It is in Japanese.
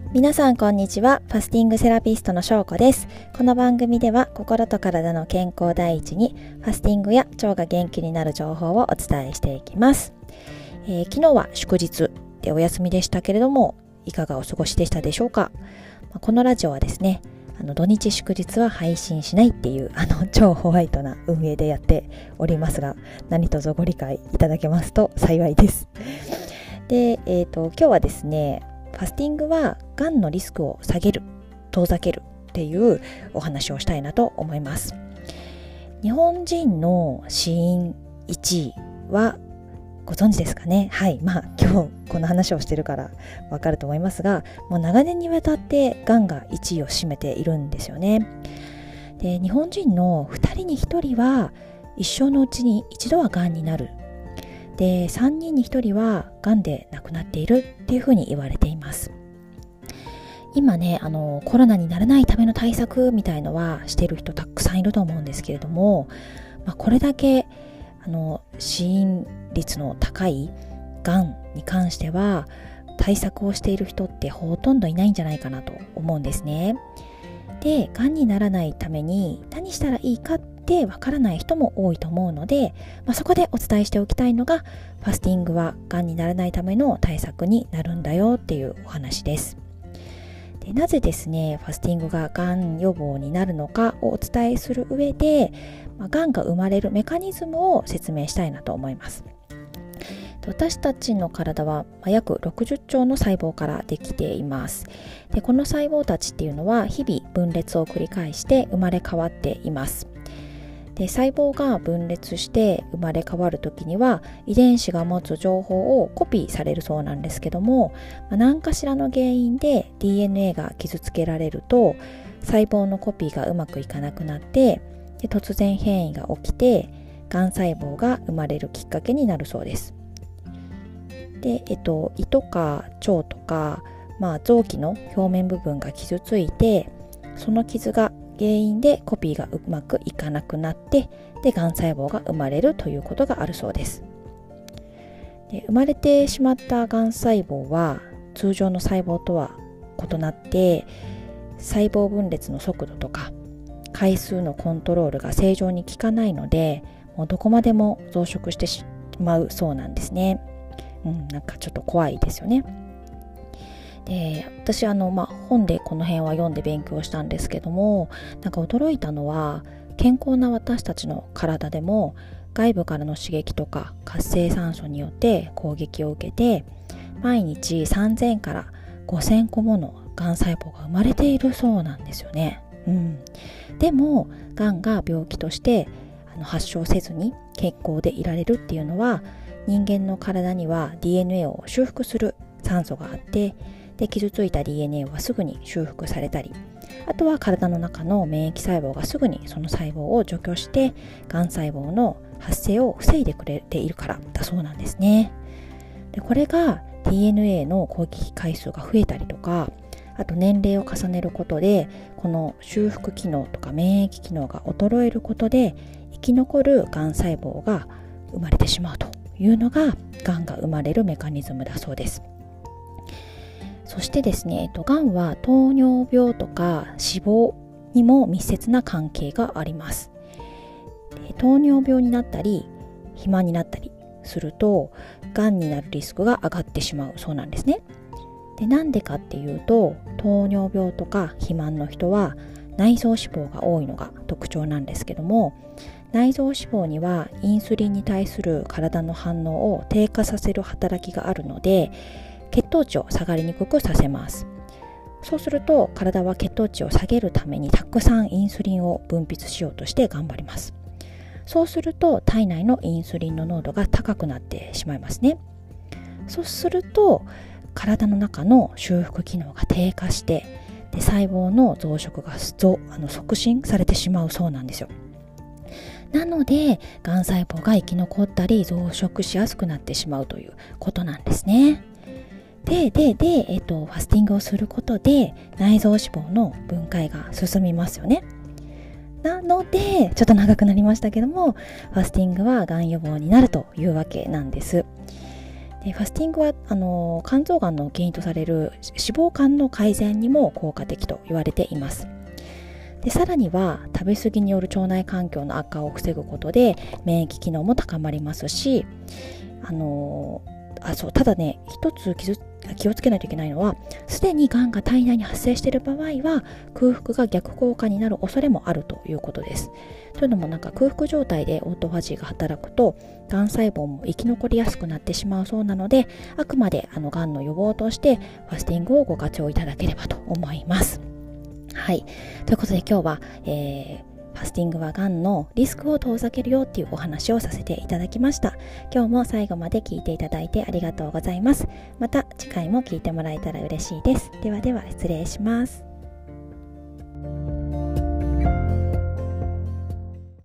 皆さんこんにちは。ファスティングセラピストのしょうこです。この番組では心と体の健康第一にファスティングや腸が元気になる情報をお伝えしていきます。昨日は祝日でお休みでしたけれども、いかがお過ごしでしたでしょうか。このラジオはですね、土日祝日は配信しないっていう超ホワイトな運営でやっておりますが、何卒ご理解いただけますと幸いです。で、今日はですね、ファスティングはがんのリスクを下げる、遠ざけるっていうお話をしたいなと思います。日本人の死因1位はご存知ですかね。はい、今日この話をしてるからわかると思いますが、もう長年にわたってがんが1位を占めているんですよね。で、日本人の2人に1人は一生のうちに一度はがんになる。で、3人に1人はがんで亡くなっているっていうふうに言われています。今ね、コロナにならないための対策みたいのはしている人たくさんいると思うんですけれども、これだけ死因率の高いがんに関しては対策をしている人ってほとんどいないんじゃないかなと思うんですね。で、がんにならないために何したらいいかってわからない人も多いと思うので、そこでお伝えしておきたいのが、ファスティングはがんにならないための対策になるんだよっていうお話です。で、なぜですね、ファスティングががん予防になるのかをお伝えする上で、がんが生まれるメカニズムを説明したいなと思います。私たちの体は約60兆の細胞からできています。で、この細胞たちっていうのは日々分裂を繰り返して生まれ変わっています。で、細胞が分裂して生まれ変わるときには遺伝子が持つ情報をコピーされるそうなんですけども、何かしらの原因で DNA が傷つけられると細胞のコピーがうまくいかなくなって、で、突然変異が起きてがん細胞が生まれるきっかけになるそうです。で、胃とか腸とか、臓器の表面部分が傷ついて、その傷が原因でコピーがうまくいかなくなって、で、がん細胞が生まれるということがあるそうです。で、生まれてしまったがん細胞は通常の細胞とは異なって、細胞分裂の速度とか回数のコントロールが正常に効かないので、もうどこまでも増殖してしまうそうなんですね。なんかちょっと怖いですよね。で、私本でこの辺は読んで勉強したんですけども、なんか驚いたのは、健康な私たちの体でも外部からの刺激とか活性酸素によって攻撃を受けて、毎日3000から5000個ものがん細胞が生まれているそうなんですよね。でもがんが病気として発症せずに健康でいられるっていうのは、人間の体には DNA を修復する酸素があって、で、傷ついた DNA はすぐに修復されたり、あとは体の中の免疫細胞がすぐにその細胞を除去してがん細胞の発生を防いでくれているからだそうなんですね。で、これが DNA の攻撃回数が増えたりとか、あと年齢を重ねることでこの修復機能とか免疫機能が衰えることで生き残るがん細胞が生まれてしまうというのががんが生まれるメカニズムだそうです。そしてですね、がんは糖尿病とか脂肪にも密接な関係があります。糖尿病になったり肥満になったりするとがんになるリスクが上がってしまうそうなんですね。で、なんでかっていうと、糖尿病とか肥満の人は内臓脂肪が多いのが特徴なんですけども、内臓脂肪にはインスリンに対する体の反応を低下させる働きがあるので、血糖値を下がりにくくさせます。そうすると体は血糖値を下げるためにたくさんインスリンを分泌しようとして頑張ります。そうすると体内のインスリンの濃度が高くなってしまいますね。そうすると体の中の修復機能が低下して、で、細胞の増殖が促進されてしまうそうなんですよ。なのでがん細胞が生き残ったり増殖しやすくなってしまうということなんですね。で、ファスティングをすることで内臓脂肪の分解が進みますよね。なのでちょっと長くなりましたけども、ファスティングはがん予防になるというわけなんです。 でファスティングは肝臓がんの原因とされる脂肪肝の改善にも効果的と言われています。でさらには食べ過ぎによる腸内環境の悪化を防ぐことで免疫機能も高まりますし、ただね、一つ気をつけないといけないのは、すでにがんが体内に発生している場合は空腹が逆効果になる恐れもあるということです。というのも空腹状態でオートファジーが働くとがん細胞も生き残りやすくなってしまうそうなので、あくまでがんの予防としてファスティングをご活用いただければと思います。はい、ということで今日は、ファスティングはがんのリスクを遠ざけるよっていうお話をさせていただきました。今日も最後まで聞いていただいてありがとうございます。また次回も聞いてもらえたら嬉しいです。ではでは失礼します。